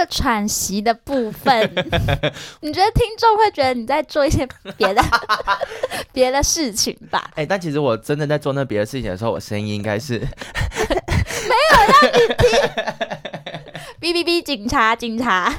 个喘息的部分，你觉得听众会觉得你在做一些别的事情吧？ 但其实我真的在做那别的事情的时候，我声音应该是没有让你听。哔哔哔，警察，警察。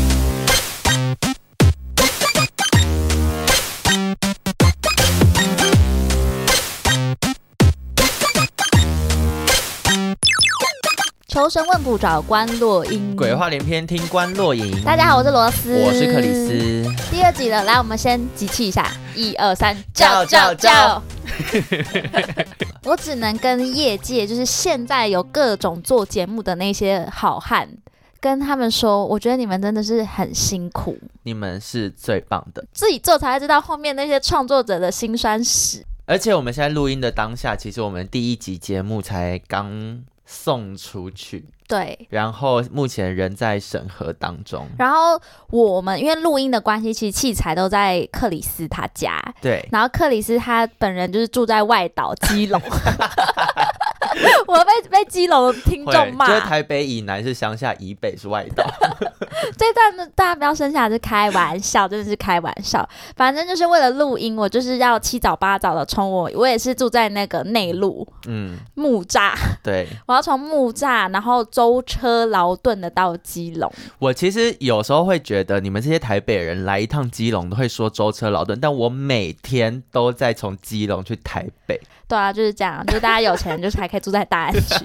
求神问卜找关洛英， 鬼话连篇听关洛影。 大家好，我是罗斯， 我是克里斯。 第二集了，来，我们先集气一下，1、2、3，叫！我只能跟业界，就是现在有各种做节目的那些好汉，跟他们说，我觉得你们真的是很辛苦， 你们是最棒的， 自己做才会知道后面那些创作者的辛酸史。 而且我们现在录音的当下，其实我们第一集节目才刚送出去， 对， 然后目前仍在审核当中。 然后我们因为录音的关系，其实器材都在克里斯他家， 对， 然后克里斯他本人就是住在外岛基隆。我被基隆的听众骂， 就是台北以南是乡下，以北是外岛。 这段大家不要生下来，是开玩笑，真的是开玩笑。反正就是为了录音，我就是要7早8早的冲我也是住在那个内陆，木栅， 对， 我要从木栅，然后舟车劳顿的到基隆。 我其实有时候会觉得，你们这些台北人来一趟基隆都会说舟车劳顿，但我每天都在从基隆去台北。 对啊，就是这样，就是大家有钱人就是还可以住在大安区。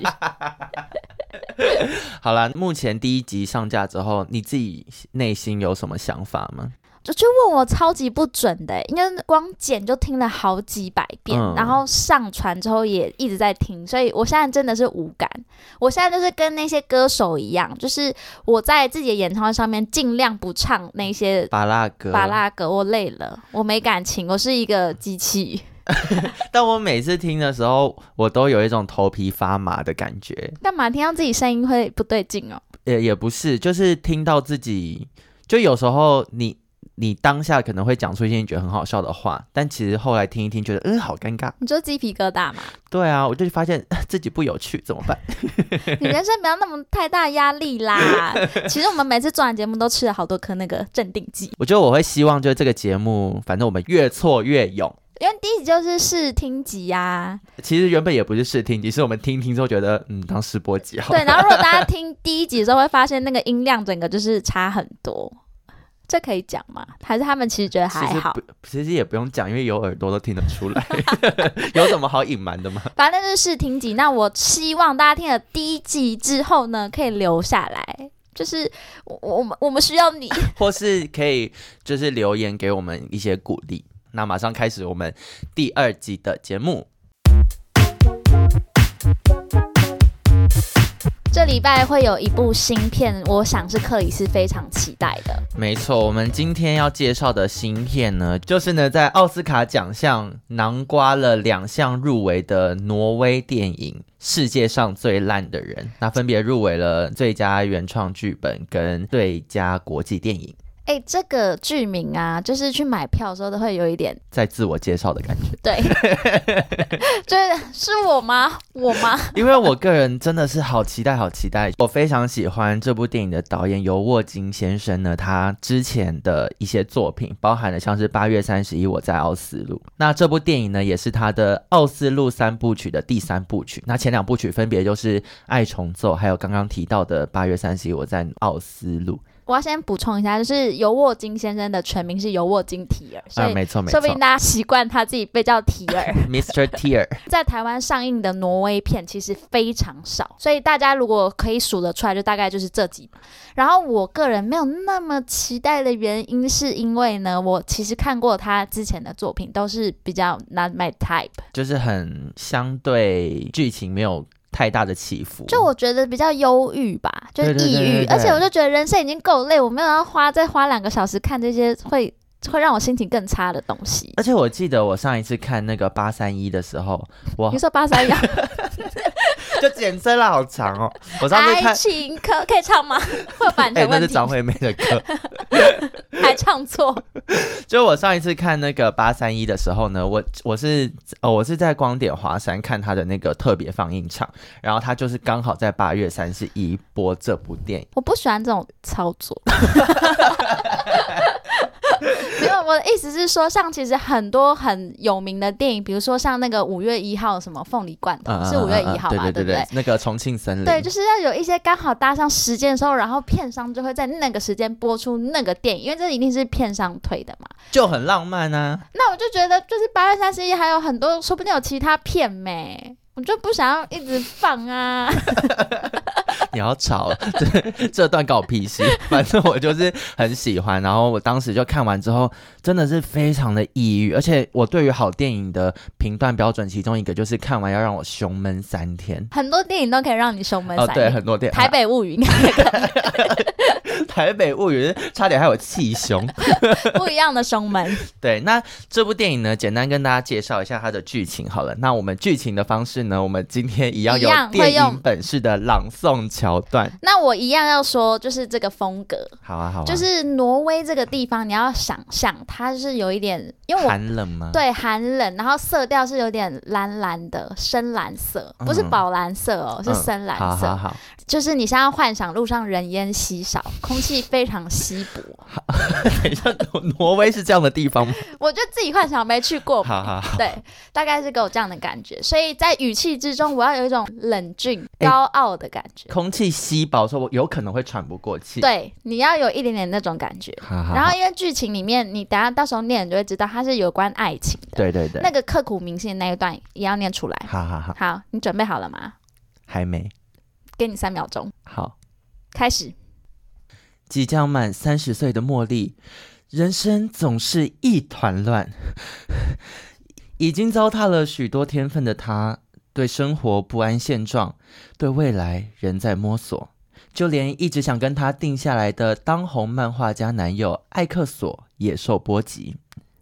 好啦，目前第一集上架之后，你自己内心有什么想法吗？ 就问我超级不准的，因为光剪就听了好几百遍，然后上传之后也一直在听，所以我现在真的是无感。我现在就是跟那些歌手一样，就是我在自己的演唱会上面尽量不唱那些芭乐歌， 我累了，我没感情，我是一个机器。 但我每次听的时候，我都有一种头皮发麻的感觉。 干嘛听到自己声音会不对劲哦？ 也不是，就是听到自己，就有时候你当下可能会讲出一些你觉得很好笑的话，但其实后来听一听，觉得好尴尬。 你就鸡皮疙瘩嘛？ 对啊，我就发现自己不有趣，怎么办？ 你人生不要那么太大压力啦。其实我们每次做完节目都吃了好多颗那个镇定剂。 我觉得我会希望，就是这个节目，反正我们越挫越勇。 因为第一集就是试听集啊， 其实原本也不是试听集，是我们听之后觉得当试播集好。 对，然后如果大家听第一集的时候会发现那个音量整个就是差很多，这可以讲吗？还是他们其实觉得还好？ 其实也不用讲，因为有耳朵都听得出来。有什么好隐瞒的吗？ 反正就是试听集。那我希望大家听了第一集之后呢，可以留下来。就是我们需要你， 或是可以就是留言给我们一些鼓励。那马上开始我们第2集的节目。 这礼拜会有一部新片，我想是克里斯非常期待的。 没错，我们今天要介绍的新片呢，就是呢在奥斯卡奖项囊括了2项入围的挪威电影《世界上最烂的人》，那分别入围了最佳原创剧本跟最佳国际电影。 这个剧名啊，就是去买票的时候都会有一点在自我介绍的感觉。 对，是我吗？ 因为我个人真的是好期待。我非常喜欢这部电影的导演尤沃金先生呢，他之前的一些作品包含了像是8月31我在奥斯陆，那这部电影呢也是他的奥斯陆3部曲的第3部曲。那前2部曲分别就是爱重奏还有刚刚提到的8月31我在奥斯陆。 我要先补充一下，就是尤沃金先生的全名是尤沃金提尔，所以没错， 说不定大家习惯他自己被叫提尔 Mr. Tier。 在台湾上映的挪威片其实非常少，所以大家如果可以数得出来，就大概就是这几部。然后我个人没有那么期待的原因是因为呢，我其实看过他之前的作品都是比较 not my type， 就是很相对剧情没有太大的起伏， 就我觉得比较忧郁吧，就是抑郁。而且我就觉得人生已经够累，我没有要再花2个小时看这些会让我心情更差的东西。 而且我记得我上一次看那个831的时候， 你说831 就简称了，好长哦。我上次看爱情可以唱吗？会有版权问题。 那是张惠妹的歌， 还唱错。 就我上一次看那个831的时候呢，我是在光点华山看他的那个特别放映场，然后他就是刚好在8月31播这部电影。 我不喜欢这种操作。没有，我的意思是说，像其实很多很有名的电影，比如说像那个5月1号什么凤梨罐头，是5月1号吧？对不对？ 那个重庆森林， 对，就是要有一些刚好搭上时间的时候，然后片商就会在那个时间播出那个电影，因为这一定是片商推的嘛， 就很浪漫啊。 那我就觉得，就是8月31还有很多，说不定有其他片没。我就不想要一直放啊。 你要吵，这段搞屁事。反正我就是很喜欢，然后我当时就看完之后真的是非常的抑郁，而且我对于好电影的评断标准其中一个就是看完要让我胸闷3天。 很多电影都可以让你胸闷3天。 对，很多电影。 台北物语台北物语差点还有气胸。 不一样的胸闷。 对，那这部电影呢，简单跟大家介绍一下它的剧情好了。那我们剧情的方式呢，我们今天一样有电影本式的朗诵桥段。 那我一样要说，就是这个风格。 好啊，好啊。 就是挪威这个地方，你要想象它是有一点，因为寒冷吗？ 对，寒冷，然后色调是有点蓝蓝的，深蓝色，不是宝蓝色哦，是深蓝色。 好好好。 就是你现在幻想路上人烟稀少，空气非常稀薄。 等一下，挪威是这样的地方吗？ 我就自己幻想，没去过。 好好好。 对，大概是给我这样的感觉，所以在语气之中，我要有一种冷峻、高傲的感觉。 空气稀薄，说我有可能会喘不过气。 对，你要有一点点那种感觉。 好好。 然后因为剧情里面，你等一下到时候念，你就会知道它是有关爱情的。 对对对。 那个刻骨铭心的那一段也要念出来。 好好好。 好，你准备好了吗？ 还没。 给你3秒钟。 好， 开始。 即将满30岁的茉莉，人生总是一团乱。已经糟蹋了许多天分的她，对生活不安现状，对未来仍在摸索。就连一直想跟她定下来的当红漫画家男友艾克索也受波及。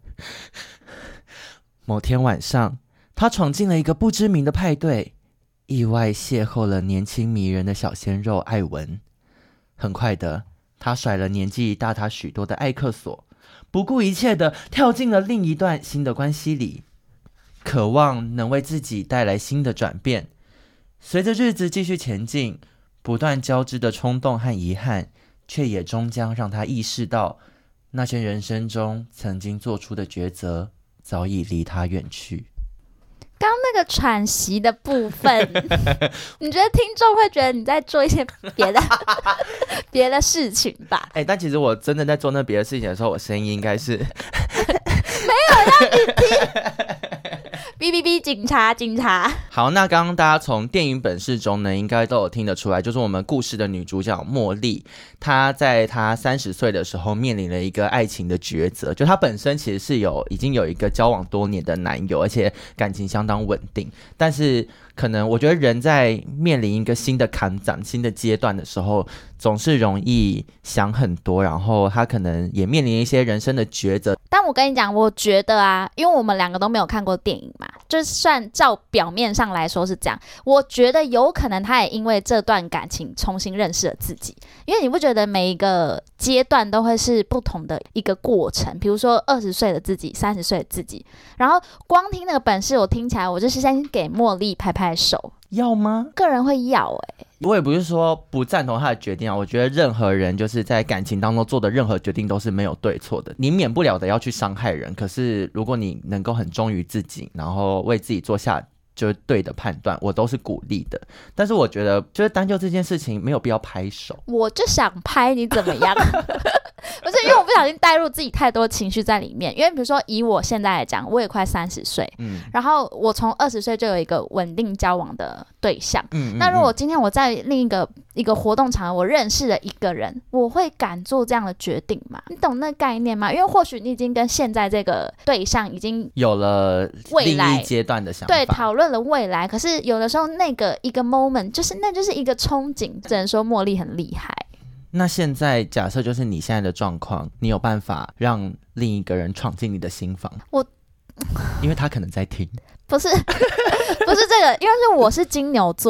某天晚上，她闯进了一个不知名的派对，意外邂逅了年轻迷人的小鲜肉艾文。很快的，他甩了年纪大他许多的艾克索，不顾一切的跳进了另一段新的关系里，渴望能为自己带来新的转变。随着日子继续前进，不断交织的冲动和遗憾，却也终将让他意识到，那些人生中曾经做出的抉择早已离他远去。 刚那个喘息的部分，你觉得听众会觉得你在做一些别的事情吧？ 但其实我真的在做那别的事情的时候，我声音应该是没有让你听。哔哔哔，警察警察。 好，那刚刚大家从电影本事中呢，应该都有听得出来，就是我们故事的女主角茉莉，她在她30岁的时候面临了一个爱情的抉择，就她本身其实是已经有一个交往多年的男友，而且感情相当稳定，但是可能我觉得人在面临一个新的坎展、新的阶段的时候，总是容易想很多，然后她可能也面临一些人生的抉择。 但我跟你讲，我觉得啊，因为我们2个都没有看过电影嘛，就算照表面上来说是这样，我觉得有可能他也因为这段感情重新认识了自己。因为你不觉得每一个阶段都会是不同的一个过程，比如说20岁的自己，30岁的自己，然后光听那个本事，我听起来我就是先给茉莉拍拍手。 要吗？ 个人会要我也不是说不赞同他的决定啊，我觉得任何人就是在感情当中做的任何决定都是没有对错的，你免不了的要去伤害人，可是如果你能够很忠于自己，然后为自己做下就是对的判断，我都是鼓励的。但是我觉得就是单就这件事情没有必要拍手。 我就想拍你怎么样？不是因为我不小心带入自己太多情绪在里面，因为比如说以我现在来讲，我也快30岁，然后我从20岁就有一个稳定交往的对象，那如果今天我在另一个活动场合我认识了一个人，我会敢做这样的决定吗？你懂那概念吗？因为或许你已经跟现在这个对象已经有了另一阶段的想法， 对，讨论了未来，可是有的时候那个一个 moment 那就是一个憧憬，只能说茉莉很厉害。 那现在假设就是你现在的状况，你有办法让另一个人闯进你的心房？因为他可能在听。不是这个，因为我是金牛座，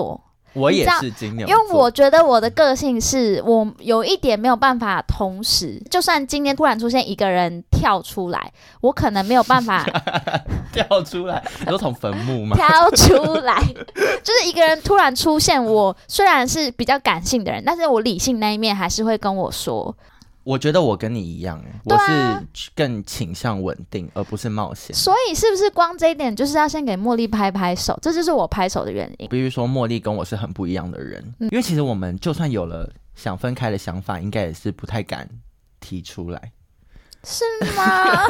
我也是金牛座， 因为我觉得我的个性是我有一点没有办法同时，就算今天突然出现一个人跳出来，我可能没有办法跳出来，你说从坟墓吗？ 跳出来，就是一个人突然出现，我虽然是比较感性的人，但是我理性那一面还是会跟我说。 我觉得我跟你一样，我是更倾向稳定，而不是冒险。 所以是不是光这一点就是要先给茉莉拍拍手？这就是我拍手的原因。 比如说茉莉跟我是很不一样的人，因为其实我们就算有了想分开的想法，应该也是不太敢提出来。 是吗？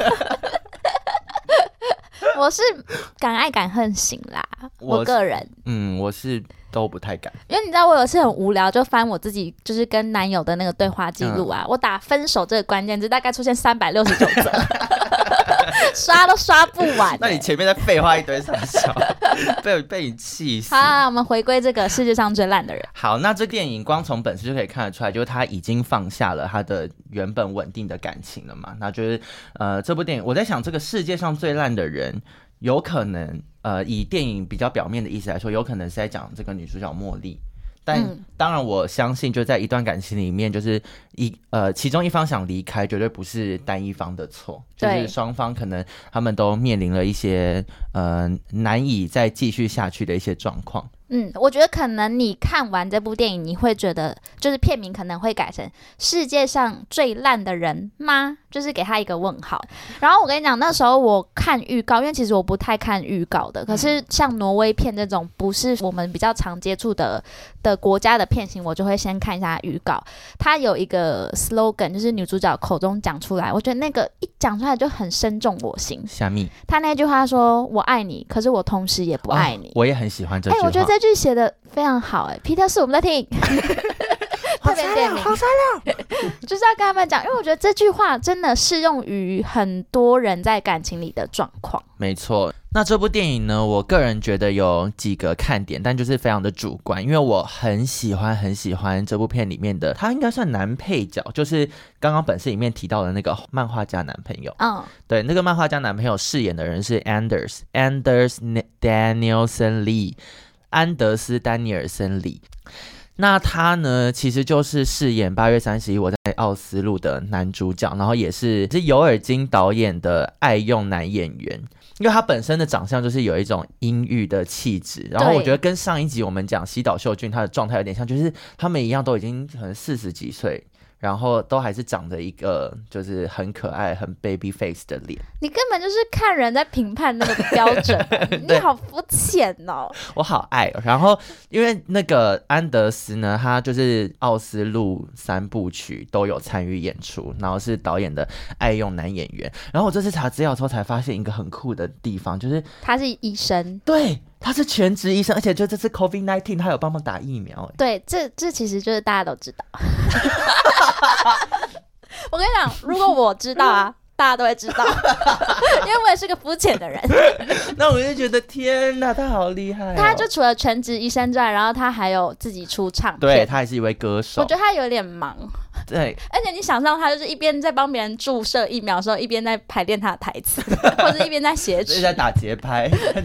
我是敢爱敢恨型啦，我个人， 我是都不太敢， 因为你知道我有一次很无聊，就翻我自己就是跟男友的那个对话记录啊，我打分手这个关键字，大概出现369则，刷都刷不完。 那你前面在废话一堆啥笑，被你气死。 好，我们回归这个世界上最烂的人。 好，那这电影光从本身就可以看得出来，就是他已经放下了他的原本稳定的感情了嘛。那就是这部电影我在想，这个世界上最烂的人有可能以电影比较表面的意思来说，有可能是在讲这个女主角茉莉。但当然我相信就在一段感情里面，就是其中一方想离开绝对不是单一方的错，就是双方可能他们都面临了一些难以再继续下去的一些状况。 我觉得可能你看完这部电影，你会觉得就是片名可能会改成世界上最烂的人吗？就是给他一个问号。然后我跟你讲，那时候我看预告，因为其实我不太看预告的，可是像挪威片这种不是我们比较常接触的国家的片型，我就会先看一下预告。它有一个 slogan， 就是女主角口中讲出来，我觉得那个一讲出来就很深重我心。 虾米？ 他那句话说：“我爱你，可是我同时也不爱你。” 我也很喜欢这句话。 我觉得这句写的非常好。Peter 4我们在听。特别点名，好善良，就是要跟他们讲，因为我觉得这句话真的适用于很多人在感情里的状况。 没错，那这部电影呢，我个人觉得有几个看点，但就是非常的主观，因为我很喜欢这部片里面的，他应该算男配角，就是刚刚本事里面提到的那个漫画家男朋友。对，那个漫画家男朋友饰演的人是 Anders Danielson Lee， 安德斯丹尼尔森李。那他呢，其实就是饰演8月31我在奥斯陆的男主角，然后也是尤尔金导演的爱用男演员，因为他本身的长相就是有一种阴郁的气质，然后我觉得跟上一集我们讲西岛秀俊他的状态有点像，就是他们一样都已经可能40几岁，然后都还是长着一个就是很可爱很 baby face 的脸。 你根本就是看人在评判那个标准。你好肤浅哦。 我好爱哦。然后因为那个安德斯呢，他就是奥斯陆3部曲都有参与演出，然后是导演的爱用男演员。然后我这次查资料之后才发现一个很酷的地方，就是他是医生。 对，他是全职医生，而且就这次 COVID-19 他有帮忙打疫苗。 对，这其实就是大家都知道。我跟你讲，如果我知道啊，大家都会知道，因为我也是个肤浅的人。 那我就觉得天哪，他好厉害他就除了全职医生之外，然后他还有自己出唱片， 对，他也是一位歌手。 我觉得他有点忙。 对， 而且你想象他就是一边在帮别人注射疫苗的时候，一边在排练他的台词，或者一边在写曲， 一直在打节拍。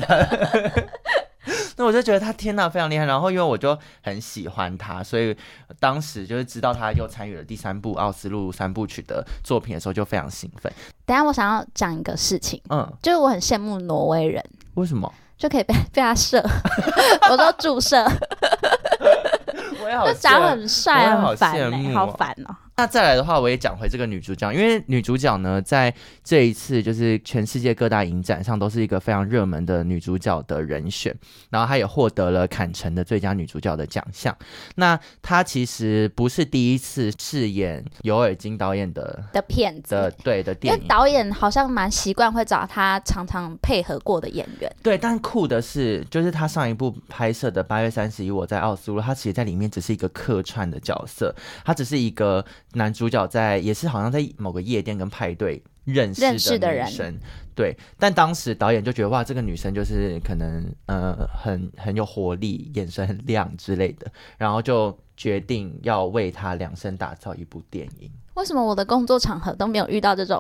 那我就觉得他天哪非常厉害，然后因为我就很喜欢他，所以当时就是知道他又参与了第3部奥斯陆3部曲的作品的时候就非常兴奋。 等一下我想要讲一个事情，就是我很羡慕挪威人。 为什么？ 就可以被他射。我说注射。 我也好， 就长很帅，很烦欸， 好烦哦。 那再来的话，我也讲回这个女主角，因为女主角呢，在这一次就是全世界各大影展上都是一个非常热门的女主角的人选，然后她也获得了坎城的最佳女主角的奖项。那她其实不是第一次饰演尤尔金导演的片子的电影， 因为导演好像蛮习惯会找她常常配合过的演员。 对，但酷的是，就是她上一部拍摄的8月31我在奥斯陆，她其实在里面只是一个客串的角色，她只是一个男主角也是好像在某个夜店跟派对认识的女生，对。但当时导演就觉得哇，这个女生就是可能很有活力，眼神很亮之类的，然后就决定要为她量身打造一部电影。 为什么我的工作场合都没有遇到这种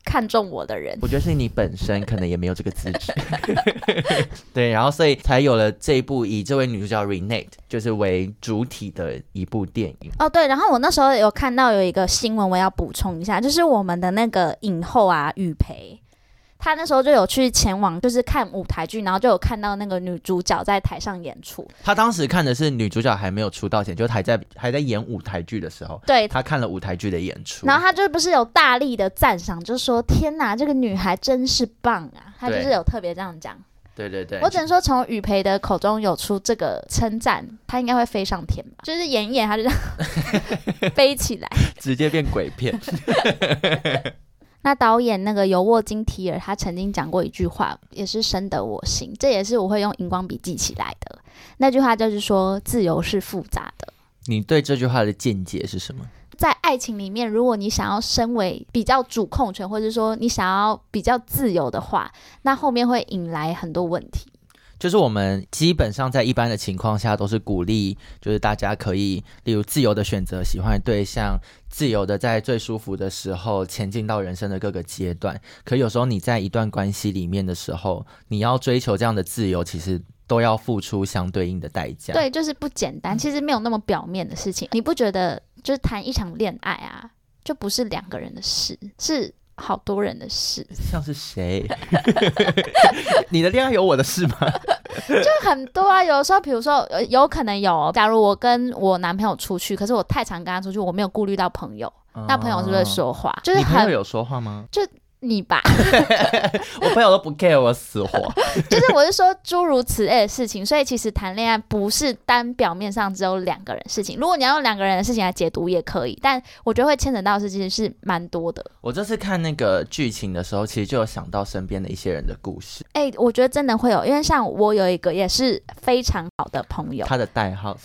看中我的人。 我觉得是你本身可能也没有这个资质。对，然后所以才有了这一部以这位女主角 Renate 就是为主体的一部电影。 哦，对，然后我那时候有看到有一个新闻，我要补充一下，就是我们的那个影后啊，雨培。他那时候就有去前往，就是看舞台剧，然后就有看到那个女主角在台上演出。 他当时看的是女主角还没有出道前，就还在演舞台剧的时候， 对， 他看了舞台剧的演出， 然后他就不是有大力的赞赏，就说天哪，这个女孩真是棒啊！他就是有特别这样讲。 对对对， 我只能说从雨培的口中有出这个称赞，他应该会飞上天吧？就是演一演，他就这样飞起来， 直接变鬼片。 那导演那个尤沃金提尔，他曾经讲过一句话，也是深得我心，这也是我会用荧光笔记起来的。那句话就是说，自由是复杂的。 你对这句话的见解是什么？ 在爱情里面，如果你想要身为比较主控权，或者说你想要比较自由的话，那后面会引来很多问题。 就是我们基本上在一般的情况下都是鼓励，就是大家可以例如自由的选择喜欢的对象，自由的在最舒服的时候前进到人生的各个阶段。可有时候你在一段关系里面的时候，你要追求这样的自由，其实都要付出相对应的代价。 对，就是不简单，其实没有那么表面的事情。你不觉得就是谈一场恋爱啊，就不是两个人的事，是好多人的事。 像是谁？你的恋爱有我的事吗？ 就很多啊，有的时候比如说有可能有，假如我跟我男朋友出去，可是我太常跟他出去，我没有顾虑到朋友，那朋友是不是会说话？就是你朋友有说话吗？ 就你吧。 我朋友都不 care 我死活。 就是我是说诸如此类的事情，所以其实谈恋爱不是单表面上只有两个人的事情，如果你要用两个人的事情来解读也可以，但我觉得会牵扯到的事情是蛮多的。 我这次看那个剧情的时候，其实就有想到身边的一些人的故事。 我觉得真的会有，因为像我有一个也是非常好的朋友， 他的代号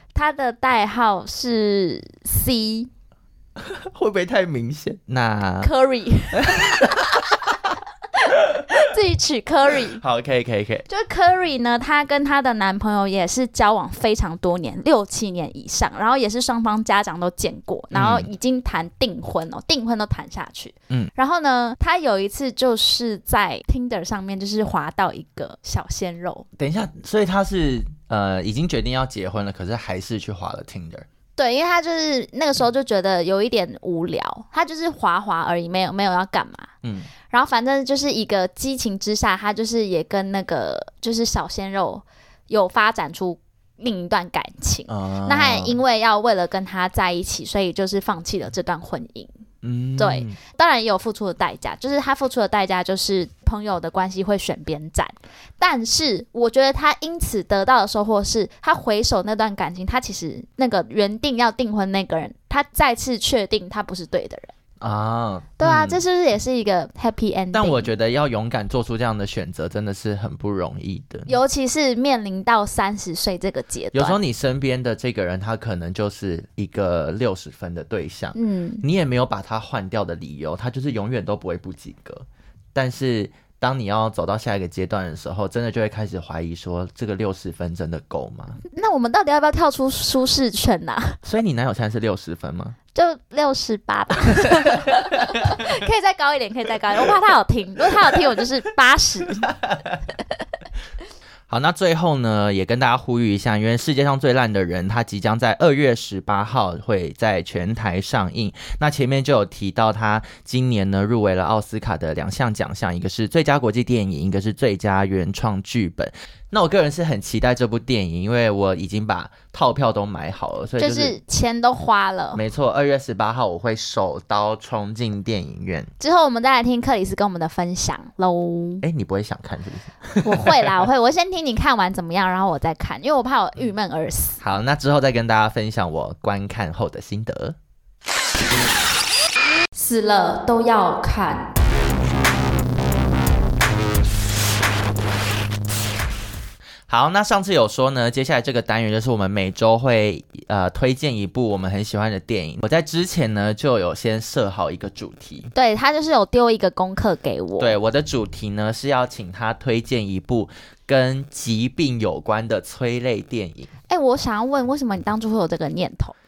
是 C。 会不会太明显？那 Curry 自己取 Curry。 好，可以。 就是 Curry 呢，她跟她的男朋友也是交往非常多年，6-7年以上，然后也是双方家长都见过，然后已经谈订婚哦，订婚都谈下去。然后呢，她有一次就是在 Tinder 上面就是滑到一个小鲜肉。 等一下，所以他是已经决定要结婚了，可是还是去滑了 Tinder。 对，因为他就是那个时候就觉得有一点无聊，他就是滑而已，没有要干嘛。然后反正就是一个激情之下，他就是也跟那个就是小鲜肉有发展出另一段感情。那他也因为了跟他在一起，所以就是放弃了这段婚姻。对，当然也有付出的代价，就是他付出的代价就是朋友的关系会选边站，但是我觉得他因此得到的收获是，他回首那段感情，他其实那个原定要订婚那个人，他再次确定他不是对的人。对啊，这是不是也是一个 happy ending？ 但我觉得要勇敢做出这样的选择真的是很不容易的， 尤其是面临到30岁这个阶段。 有时候你身边的这个人他可能就是一个60分的对象，你也没有把他换掉的理由，他就是永远都不会不及格。但是当你要走到下一个阶段的时候，真的就会开始怀疑说这个60分真的够吗？那我们到底要不要跳出舒适圈啊？ 所以你男友现在是60分吗？ 就68吧。可以再高一点，我怕他有听，如果他有听我就是80。 好，那最后呢，也跟大家呼吁一下，因为世界上最烂的人，他即将在2月18号会在全台上映。那前面就有提到，他今年呢入围了奥斯卡的2项奖项，一个是最佳国际电影，一个是最佳原创剧本。那我个人是很期待这部电影，因为我已经把套票都买好了，所以就是钱都花了。 没错，2月18号我会手刀冲进电影院。 之后我们再来听克里斯跟我们的分享喽。 你不会想看是不是？我会啦，我先听你看完怎么样，然后我再看，因为我怕我郁闷而死。 好，那之后再跟大家分享我观看后的心得。 死了都要看。 好，那上次有说呢，接下来这个单元就是我们每周会推荐一部我们很喜欢的电影。我在之前呢就有先设好一个主题， 对，他就是有丢一个功课给我。 对，我的主题呢是要请他推荐一部跟疾病有关的催泪电影。 我想要问，为什么你当初会有这个念头？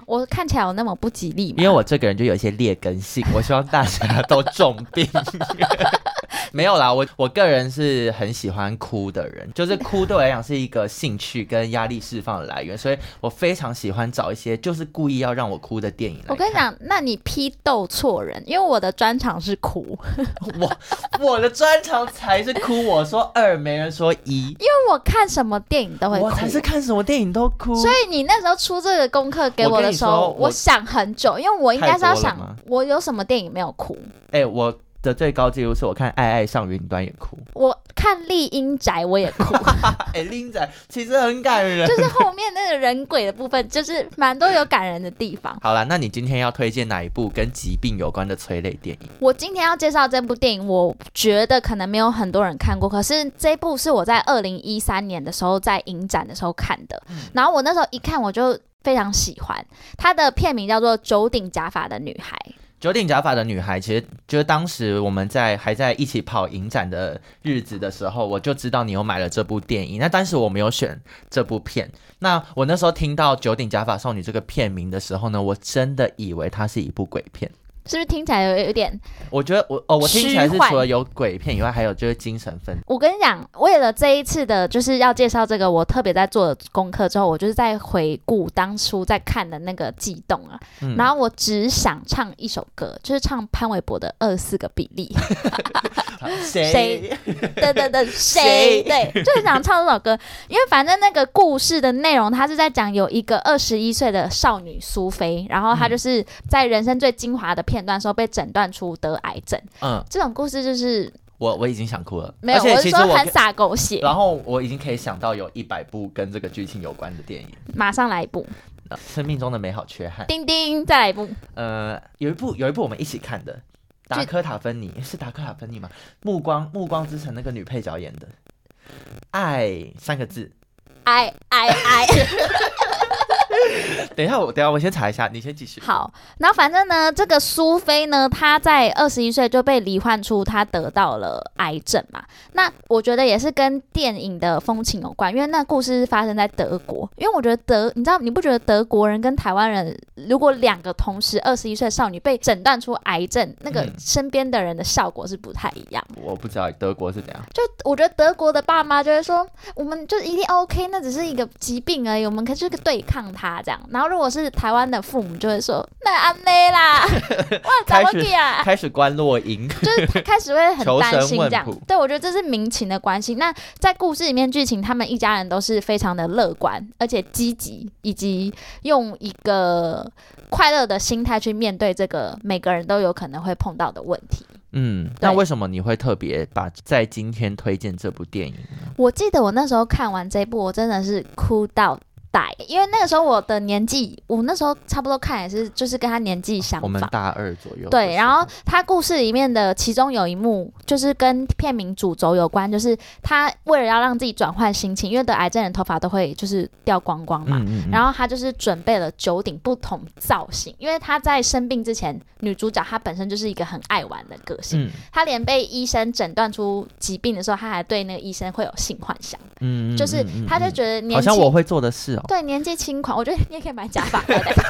我看起来有那么不吉利吗？ 因为我这个人就有一些劣根性，我希望大家都重病。没有啦，我个人是很喜欢哭的人，就是哭对我来讲是一个兴趣跟压力释放的来源，所以我非常喜欢找一些就是故意要让我哭的电影来看。 我跟你讲，那你批斗错人，因为我的专长是哭。 我的专长才是哭，我说2，没人说1， 因为我看什么电影都会哭。 我才是看什么电影都哭。 所以你那时候出这个功课给我的时候，我想很久，因为我应该是要想我有什么电影没有哭。 我的最高纪录是我看《爱爱上云端》也哭， 我看《丽英宅》我也哭。 丽英宅其实很感人， 就是后面那个人鬼的部分，就是蛮多有感人的地方。 好啦，那你今天要推荐哪一部跟疾病有关的催泪电影？ 我今天要介绍这部电影，我觉得可能没有很多人看过，可是这部是我在2013年的时候在影展的时候看的，然后我那时候一看我就非常喜欢。它的片名叫做《九顶假发的女孩》。 九顶假发的女孩，其实就是当时我们还在一起跑影展的日子的时候，我就知道你有买了这部电影。那当时我没有选这部片，那我那时候听到九顶假发少女这个片名的时候呢，我真的以为它是一部鬼片。 是不是听起来有点？ 我觉得我听起来是除了有鬼片以外，还有就是精神分。 我跟你讲，为了这一次的就是要介绍这个，我特别在做功课之后，我就是在回顾当初在看的那个悸动啊，然后我只想唱一首歌，就是唱潘玮柏的24个比例。谁？对，谁？对，就很想唱这首歌，因为反正那个故事的内容，它是在讲有一个21岁的少女苏菲，然后她就是在人生最精华的片段的时候被诊断出得癌症。这种故事就是我已经想哭了， 没有，我是说很洒狗血。 然后我已经可以想到有100部跟这个剧情有关的电影， 马上来一部。 生命中的美好缺憾。 叮叮，再来一部。 有一部我们一起看的。达科塔芬妮是达科塔芬妮吗？暮光之城那个女配角演的，爱3个字，爱。等一下，我先查一下，你先继续。 好，然后反正呢，这个苏菲呢，她在21岁就被罹患出她得到了癌症嘛。那我觉得也是跟电影的风情有关，因为那故事是发生在德国。因为我觉得你不觉得德国人跟台湾人，如果2个同时21岁少女被诊断出癌症，那个身边的人的效果是不太一样。 我不知道德国是怎样。 就我觉得德国的爸妈就会说，我们就一定 OK， 那只是一个疾病而已，我们可以去对抗它这样。然后如果是台湾的父母就会说，那安内啦，哇，怎么去啊？ 开始关落音， 就是他开始会很担心这样。对，我觉得这是民情的关系。那在故事里面剧情，他们一家人都是非常的乐观，而且积极，以及用一个快乐的心态去面对这个每个人都有可能会碰到的问题。 那为什么你会特别在今天推荐这部电影呢？ 我记得我那时候看完这部，我真的是哭到因为那个时候我的年纪，我那时候差不多看也是就是跟他年纪相仿， 我们大2左右。 对，然后他故事里面的其中有一幕就是跟片名主轴有关，就是他为了要让自己转换心情，因为得癌症人头发都会就是掉光光嘛，然后他就是准备了9顶不同造型，因为他在生病之前，女主角她本身就是一个很爱玩的个性，她连被医生诊断出疾病的时候，她还对那个医生会有性幻想，就是她就觉得年纪好像我会做的事哦。 对，年纪轻狂，我觉得你也可以买假发。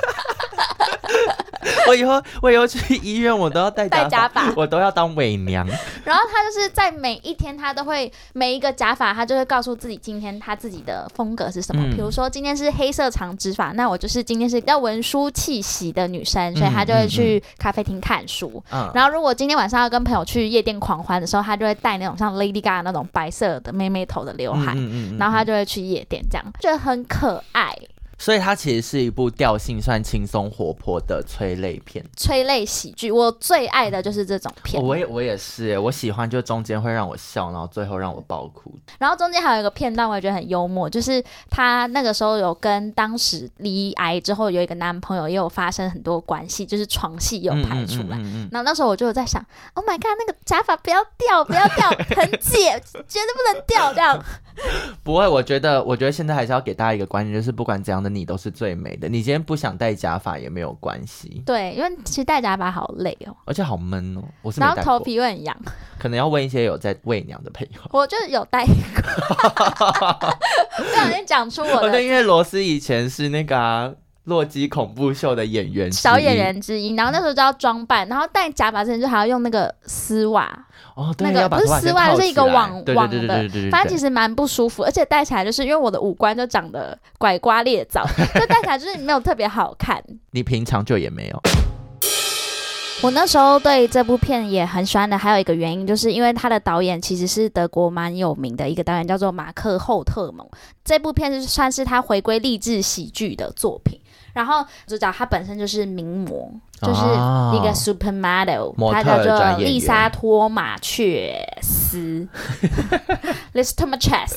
我以后去医院，我都要戴假发，我都要当伪娘。 然后他就是在每一天，他都会每一个假发，他就会告诉自己今天他自己的风格是什么。比如说今天是黑色长直发，那我就是今天是比较文书气息的女生，所以他就会去咖啡厅看书。然后如果今天晚上要跟朋友去夜店狂欢的时候，他就会戴那种像 Lady Gaga 那种白色的妹妹头的刘海，然后他就会去夜店，这样觉得很可爱。 所以它其实是一部调性算轻松活泼的催泪片， 催泪喜剧。我最爱的就是这种片。 我也是耶，我喜欢就中间会让我笑，然后最后让我爆哭。 然后中间还有一个片段我也觉得很幽默，就是她那个时候有跟当时罹癌之后有一个男朋友也有发生很多关系，就是床戏有拍出来。然后那时候我就有在想 Oh my god， 那个假发不要掉很解，绝对不能掉这样。 不会，我觉得现在还是要给大家一个观念，就是不管怎样的你都是最美的。你今天不想戴假发也没有关系。 对，因为其实戴假发好累哦， 而且好闷哦。我是没戴过， 然后头皮会很痒。 可能要问一些有在喂娘的朋友。 我就有戴过，不小心讲出我的。 因为罗斯以前是那个洛基恐怖秀的演员小演员之一，然后那时候就要装扮，然后戴假发之前就还要用那个丝袜。 对， 那个不是丝袜，就是一个网对， 反正其实蛮不舒服，而且戴起来就是因为我的五官就长得拐瓜裂枣，就戴起来就是没有特别好看。 你平常就也没有。 我那时候对这部片也很喜欢的，还有一个原因，就是因为他的导演其实是德国蛮有名的一个导演，叫做马克·后特蒙。这部片算是他回归励志喜剧的作品。然后主角他本身就是名模，就是一个 supermodel，他叫做丽莎·托马切斯，Liz Tomaches。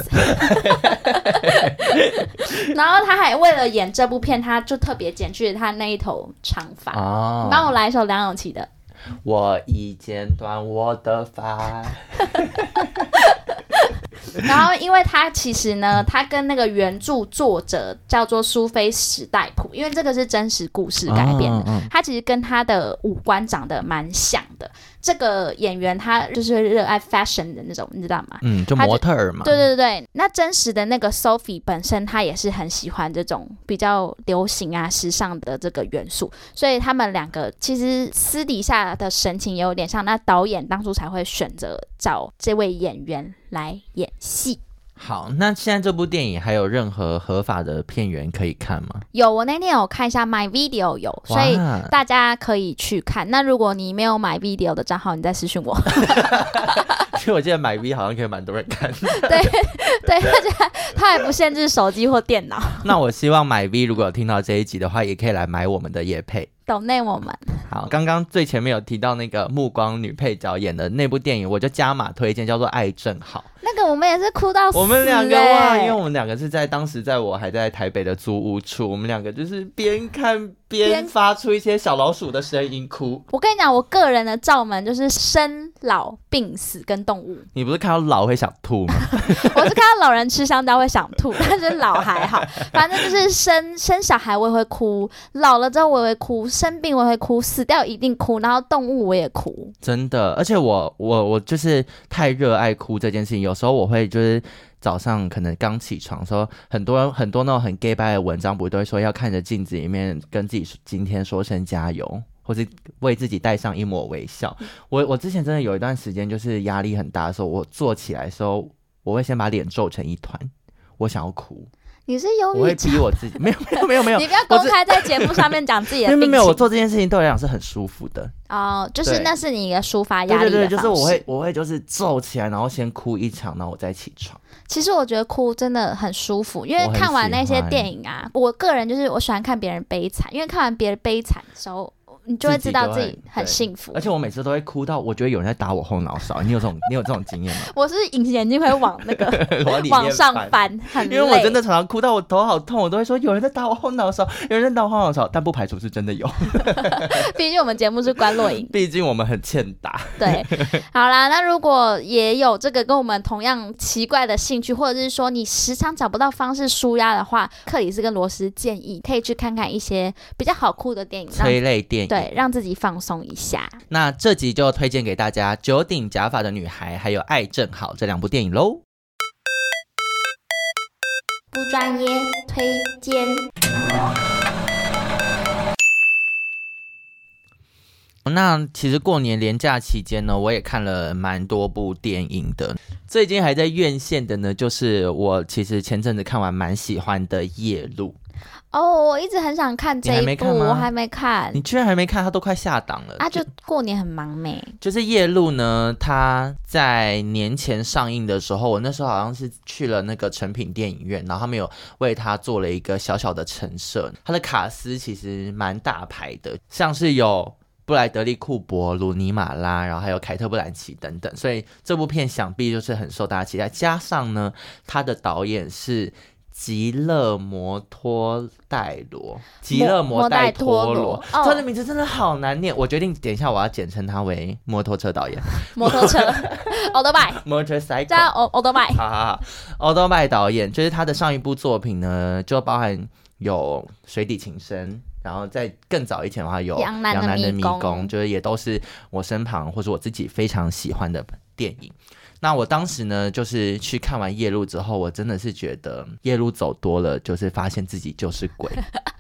然后他还为了演这部片，他就特别剪去了他那一头长发。你帮我来一首梁咏琪的。 我已剪断我的发。 然后因为他其实呢，他跟那个原著作者叫做苏菲史代普，因为这个是真实故事改编的，他其实跟他的五官长得蛮像的。这个演员他就是热爱 fashion 的那种，你知道吗？ 就模特儿嘛。 对。那真实的那个 Sophie 本身，他也是很喜欢这种比较流行啊、时尚的这个元素，所以他们两个其实私底下的神情也有点像。那导演当初才会选择找这位演员来演戏。 好，那现在这部电影还有任何合法的片源可以看吗？ 有，我那天有看一下 My Video 有，所以大家可以去看。那如果你没有 My Video 的账号，你再私讯我。 因为我记得买 V 好像可以蛮多人看的。 对，他还不限制手机或电脑。 那我希望买 V 如果有听到这一集的话，也可以来买我们的业配。 抖内我们。 好，刚刚最前面有提到那个暮光女配角演的那部电影，我就加码推荐，叫做《爱正好》。 那个我们也是哭到死。 我们两个哇，因为我们两个是当时在我还在台北的租屋处，我们两个就是边看边发出一些小老鼠的声音哭。 我跟你讲，我个人的罩门就是生老病死跟动物。 你不是看到老会想吐吗？ 我是看到老人吃香蕉会想吐，但是老还好。反正就是生小孩我也会哭，老了之后我也会哭，生病我也会哭，死掉一定哭，然后动物我也哭。 真的，而且我就是太热爱哭这件事情，有时候我会就是早上可能刚起床的时候，很多那种很 gay 掰的文章不都会说要看着镜子里面跟自己今天说声加油，或是为自己带上一抹微笑。我之前真的有一段时间就是压力很大的时候，我坐起来的时候我会先把脸皱成一团，我想要哭。 你是忧郁症？ 我会逼我自己，没有， 你不要公开在节目上面讲自己的病情。 没有，我做这件事情对我来讲是很舒服的。 就是那是你一个抒发压力的方式。对， 就是我会就是皱起来，然后先哭一场，然后我再起床。 其实我觉得哭真的很舒服，因为看完那些电影啊，我个人就是我喜欢看别人悲惨，因为看完别人悲惨的时候，你就会知道自己很幸福。 而且我每次都会哭到我觉得有人在打我后脑勺。你有这种经验吗？ 我是隐形眼镜会往那个往上翻，很累。 因为我真的常常哭到我头好痛，我都会说有人在打我后脑勺，有人在打我后脑勺，但不排除是真的有。 毕竟我们节目是关落影， 毕竟我们很欠打。 对，好啦，那如果也有这个跟我们同样奇怪的兴趣，或者是说你时常找不到方式抒压的话，克里斯跟罗斯建议可以去看看一些比较好哭的电影， 催泪电影。 对，让自己放松一下。 那这集就推荐给大家《九顶假发的女孩》还有《爱正好》这两部电影咯。 不专业推荐。 那其实过年连假期间呢，我也看了蛮多部电影的。最近还在院线的呢，就是我其实前阵子看完蛮喜欢的《夜路》。 我一直很想看这一部，我还没看。 你居然还没看？它都快下档了啊！就过年很忙没。 就是《夜路》呢，它在年前上映的时候，我那时候好像是去了那个诚品电影院，然后他们有为它做了一个小小的陈设。它的卡司其实蛮大牌的，像是有布莱德利·库珀、鲁尼·马拉，然后还有凯特·布兰奇等等，所以这部片想必就是很受大家期待。加上呢，它的导演是吉勒摩托戴罗，吉勒摩戴托罗，他的名字真的好难念。我决定等一下我要简称他为摩托车导演。 摩托车 ，motorcycle， 加Autobike。 好 ，Autobike 导演就是他的上一部作品呢，就包含有《水底情深》。然后在更早以前的话，有《杨澜的迷宫》，就是也都是我身旁或是我自己非常喜欢的电影。那我当时呢，就是去看完《夜路》之后，我真的是觉得夜路走多了，就是发现自己就是鬼。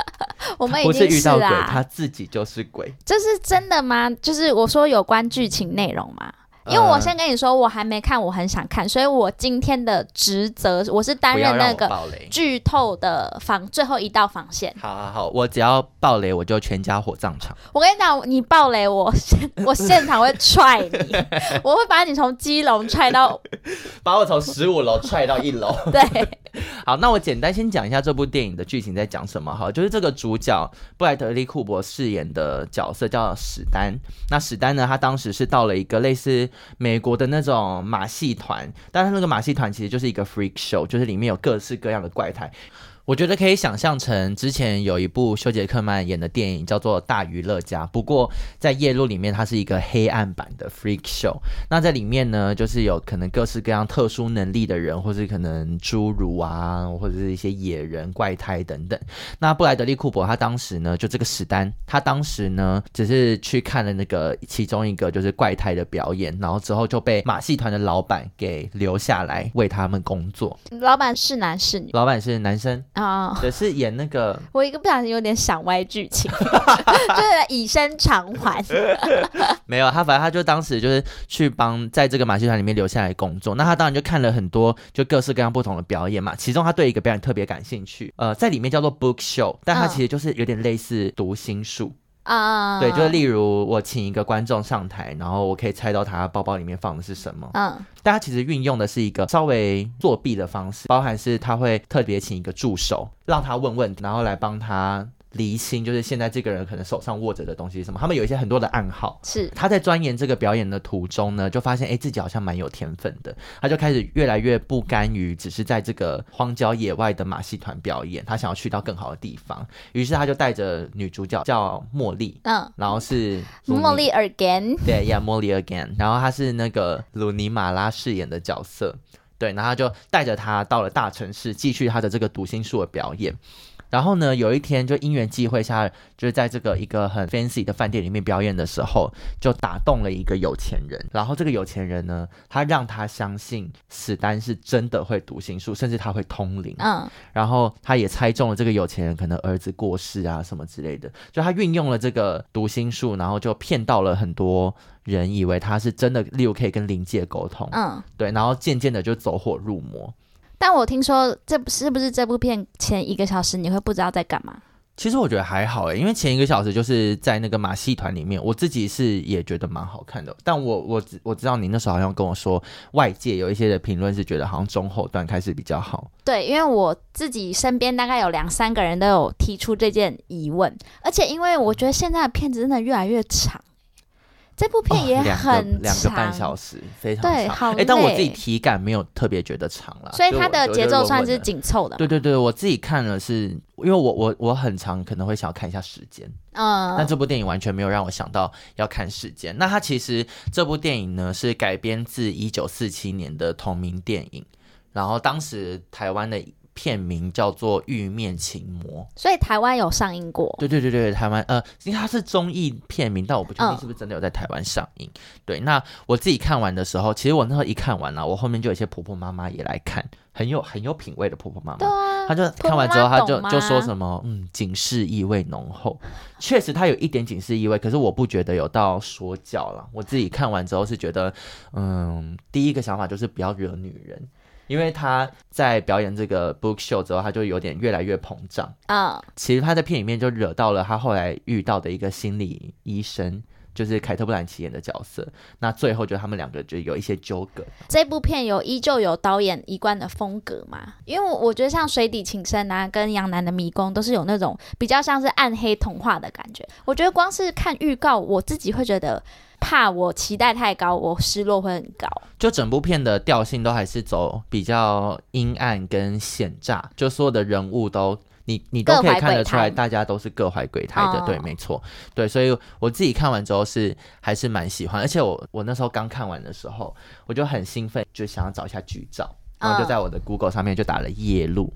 我们已不是经遇到鬼， 啦。 他自己就是鬼。 这是真的吗？就是我说有关剧情内容吗？因为我先跟你说，我还没看，我很想看，所以我今天的职责我是担任那个剧透的最后一道防线。 好，我只要爆雷，我就全家火葬场。 我跟你讲，你爆雷，我现场会踹你，我会把你从基隆踹到， 把我从15楼踹到1楼。 对， 好，那我简单先讲一下这部电影的剧情在讲什么哈，就是这个主角布莱德利·库珀饰演的角色叫史丹。那史丹呢，他当时是到了一个类似美国的那种马戏团，但是那个马戏团其实就是一个 freak show， 就是里面有各式各样的怪胎。我觉得可以想象成之前有一部休杰克曼演的电影叫做《大娱乐家》，不过在夜路里面它是一个黑暗版的 freak show。那在里面呢，就是有可能各式各样特殊能力的人，或是可能侏儒啊，或者是一些野人、怪胎等等。那布莱德利·库珀他当时呢，就这个史丹，他当时呢只是去看了那个其中一个就是怪胎的表演，然后之后就被马戏团的老板给留下来为他们工作。 老板是男是女？ 老板是男生。只是演那个， 我一个不小心有点想歪剧情，就是以身偿还。 没有，反正他就当时就是去在这个马戏团里面留下来工作。那他当然就看了很多就各式各样不同的表演嘛，其中他对一个表演特别感兴趣，在里面叫做 book show， 但他其实就是有点类似读心术。对，就是例如我请一个观众上台，然后我可以猜到他包包里面放的是什么。但他其实运用的是一个稍微作弊的方式，包含是他会特别请一个助手，让他问问题，然后来帮他厘清，就是现在这个人可能手上握着的东西是什么。他们有一些很多的暗号。是他在钻研这个表演的途中呢，就发现自己好像蛮有天分的，他就开始越来越不甘于只是在这个荒郊野外的马戏团表演，他想要去到更好的地方。于是他就带着女主角叫茉莉，然后是茉莉 again， 对呀，茉莉 again， 然后他是那个鲁尼马拉饰演的角色。对，然后他就带着他到了大城市，继续他的这个读心术的表演。然后呢，有一天就因缘际会下，就是在这个一个很 fancy 的饭店里面表演的时候，就打动了一个有钱人。然后这个有钱人呢，他让他相信史丹是真的会读心术，甚至他会通灵。然后他也猜中了这个有钱人可能儿子过世啊什么之类的，就他运用了这个读心术，然后就骗到了很多人，以为他是真的，例如可以跟灵界沟通。对，然后渐渐的就走火入魔。 但我听说是不是这部片前1个小时你会不知道在干嘛？ 其实我觉得还好因为前1个小时就是在那个马戏团里面，我自己是也觉得蛮好看的。但我知道你那时候好像跟我说，外界有一些的评论是觉得好像中后段开始比较好。 对，因为我自己身边大概有2-3个人都有提出这件疑问，而且因为我觉得现在的片子真的越来越长。这部片也很长 ，2个半小时，非常长。 对，好累。 但我自己体感没有特别觉得长啦， 所以它的节奏算是紧凑的。 对，我自己看了是，因为我很常可能会想要看一下时间，但这部电影完全没有让我想到要看时间。那它其实这部电影呢是改编自1947年的同名电影，然后当时台湾的片名叫做《玉面情魔》， 所以台湾有上映过。 对，台湾因为它是综艺片名，但我不确定是不是真的有在台湾上映。对，那我自己看完的时候，其实我那时候一看完我后面就有一些婆婆妈妈也来看，很有品味的婆婆妈妈。 对啊， 她就看完之后，她就说什么警示意味浓厚。确实，它有一点警示意味，可是我不觉得有到说教啦。我自己看完之后是觉得，第一个想法就是不要惹女人。因为他在表演这个 book show 之后，他就有点越来越膨胀其实他在片里面就惹到了他后来遇到的一个心理医生，就是凯特·布兰奇演的角色。那最后就他们2个就有一些纠葛。 这部片依旧有导演一贯的风格嘛？因为我觉得像《水底情深》啊，跟《杨楠的迷宫》都是有那种比较像是暗黑童话的感觉。我觉得光是看预告，我自己会觉得怕我期待太高，我失落会很高。 就整部片的调性都还是走比较阴暗跟险诈，就所有的人物都你都可以看得出来，大家都是各怀鬼胎的。对，没错。对，所以我自己看完之后还是蛮喜欢，而且我那时候刚看完的时候，我就很兴奋，就想要找一下剧照，然后就在我的 Google 上面就打了夜路。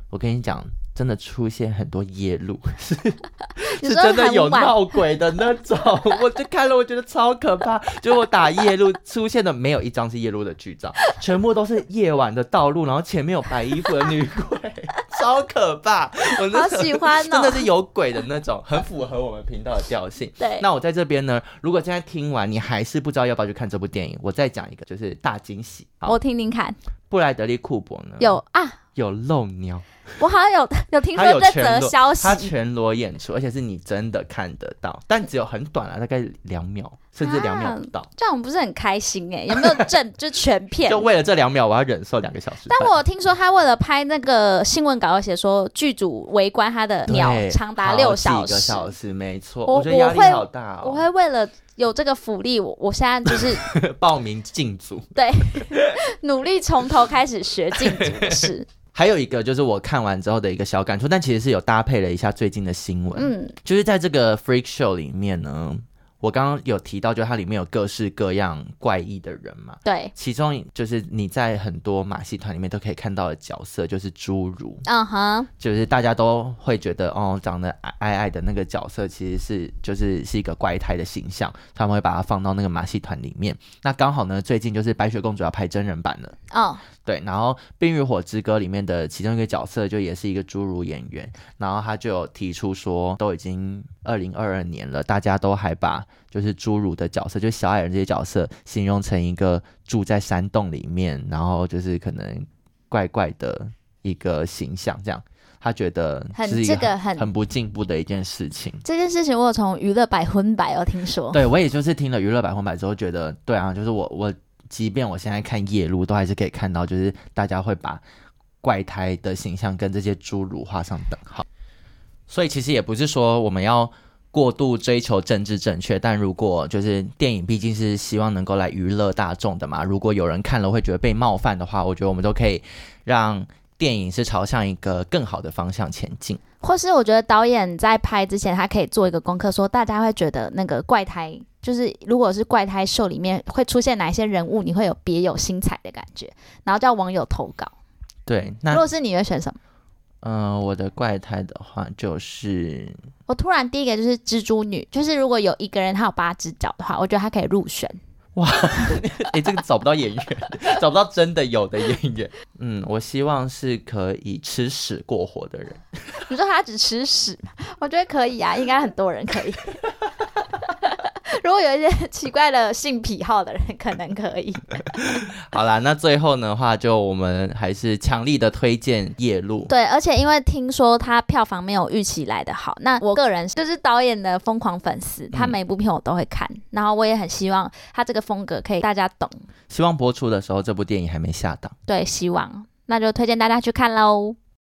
我跟你讲，真的出现很多夜路，是真的有闹鬼的那种。我就看了，我觉得超可怕。就我打夜路出现的没有一张是夜路的剧照，全部都是夜晚的道路，然后前面有白衣服的女鬼，超可怕。我好喜欢哦， 真的是有鬼的那种，很符合我们频道的调性。 对， 那我在这边呢，如果现在听完你还是不知道要不要去看这部电影，我再讲一个就是大惊喜。 我听听看。 布莱德利·库珀呢有露鸟， 我好像有听说这则消息， 他全裸演出，而且是你真的看得到，但只有很短大概2秒，甚至2秒不到。 这样我们不是很开心有没有就全片？ 就为了这2秒，我要忍受2个小时。 但我听说他为了拍那个新闻稿，写说剧组围观他的鸟长达6小时， 几个小时，没错。我觉得压力好大我会为了有这个福利，我现在就是报名进组， 对，努力从头开始学进组的事。 还有一个就是我看完之后的一个小感触，但其实是有搭配了一下最近的新闻，就是在这个 Freak Show 里面呢，我刚刚有提到，就它里面有各式各样怪异的人嘛， 对， 其中就是你在很多马戏团里面都可以看到的角色，就是侏儒，就是大家都会觉得长得矮矮的那个角色，其实是一个怪胎的形象，他们会把它放到那个马戏团里面。那刚好呢，最近就是白雪公主要拍真人版了，对，然后《冰与火之歌》里面的其中一个角色就也是一个侏儒演员，然后他就有提出说，都已经2022年了，大家都还把就是侏儒的角色，就是小矮人这些角色形容成一个住在山洞里面，然后就是可能怪怪的一个形象，这样他觉得是一个很不进步的一件事情。 这件事情我有从娱乐百分百有听说， 对，我也就是听了娱乐百分百之后觉得，对啊，就是我即便我现在看夜路，都还是可以看到，就是大家会把怪胎的形象跟这些侏儒画上等号。所以其实也不是说我们要过度追求政治正确，但如果就是电影毕竟是希望能够来娱乐大众的嘛，如果有人看了会觉得被冒犯的话，我觉得我们都可以让电影是朝向一个更好的方向前进。 或是我觉得导演在拍之前他可以做一个功课，说大家会觉得那个怪胎，就是如果是怪胎秀里面会出现哪一些人物，你会有别有心裁的感觉，然后叫网友投稿。 对，那如果是你会选什么？ 我的怪胎的话就是我突然第一个就是蜘蛛女，就是如果有一个人他有8只脚的话，我觉得他可以入选。 哇，这个找不到演员，找不到真的有的演员。我希望是可以吃屎过活的人。 你说他只吃屎？我觉得可以啊，应该很多人可以。如果有一些奇怪的性癖好的人，可能可以。 好啦，那最后的话，就我们还是强力的推荐夜路。 对，而且因为听说他票房没有预期来的好，那我个人就是导演的疯狂粉丝，他每部片我都会看，然后我也很希望他这个风格可以大家懂。 希望播出的时候，这部电影还没下档。 对，希望，那就推荐大家去看咯。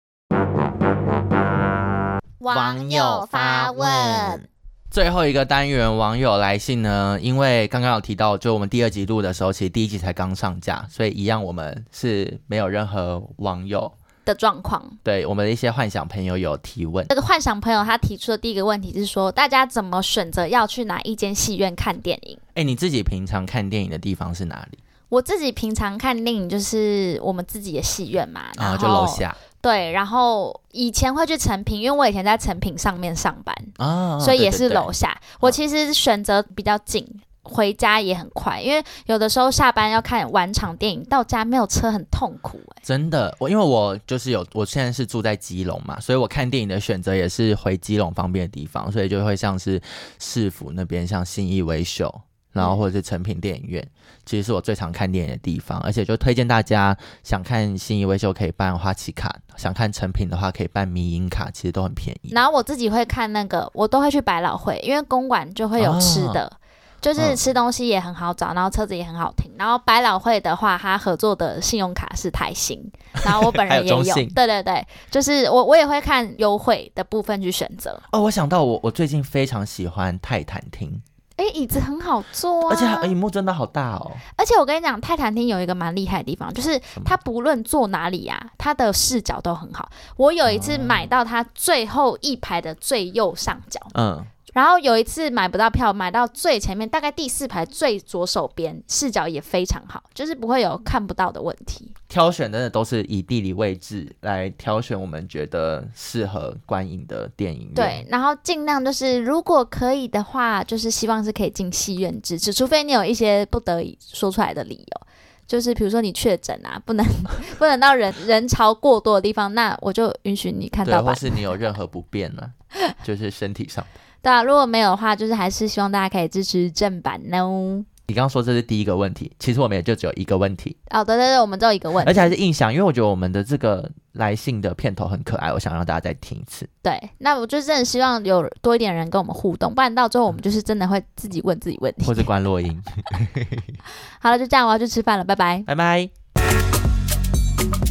网友发问。 最后一个单元网友来信呢，因为刚刚有提到，就我们第2集录的时候，其实第1集才刚上架，所以一样我们是没有任何网友的状况。 对，我们的一些幻想朋友有提问。 这个幻想朋友他提出的第一个问题是说，大家怎么选择要去哪一间戏院看电影？ 你自己平常看电影的地方是哪里？ 我自己平常看电影就是我们自己的戏院嘛，然后就楼下。 对，然后以前会去诚品，因为我以前在诚品上面上班，所以也是楼下。对，我其实选择比较近，回家也很快，因为有的时候下班要看晚场电影，到家没有车很痛苦。 真的，因为我就是我现在是住在基隆嘛，所以我看电影的选择也是回基隆方便的地方，所以就会像是市府那边，像信义威秀，然后或者是诚品电影院，其实是我最常看电影的地方，而且就推荐大家想看信义威秀可以办花旗卡，想看诚品的话可以办迷因卡，其实都很便宜。 然后我自己会看那个，我都会去百老汇，因为公馆就会有吃的，就是吃东西也很好找，然后车子也很好停。然后百老汇的话，他合作的信用卡是台新，然后我本人也有对对对，就是我也会看优惠的部分去选择。 我想到我最近非常喜欢泰坦厅。 椅子很好坐而且萤幕真的好大哦。 而且我跟你讲，泰坦厅有一个蛮厉害的地方，就是它不论坐哪里啊，它的视角都很好。我有一次买到它最后一排的最右上角， 然后有一次买不到票，买到最前面，大概第4排最左手边，视角也非常好，就是不会有看不到的问题。 挑选真的都是以地理位置来挑选我们觉得适合观影的电影院。 对，然后尽量就是如果可以的话，就是希望是可以进戏院支持，除非你有一些不得已说出来的理由。就是比如说你确诊啊，不能到人潮过多的地方，那我就允许你看到吧。 对，或是你有任何不便呢、就是身体上的。 对啊，如果没有的话，就是还是希望大家可以支持正版哦。 你刚刚说这是第一个问题，其实我们也就只有一个问题。 哦，对对对，我们只有一个问题， 而且还是印象，因为我觉得我们的这个来信的片头很可爱，我想让大家再听一次。 对，那我就真的希望有多一点人跟我们互动，不然到最后我们就是真的会自己问自己问题， 或是关落音。 好了，就这样，我要去吃饭了，拜拜， 拜拜。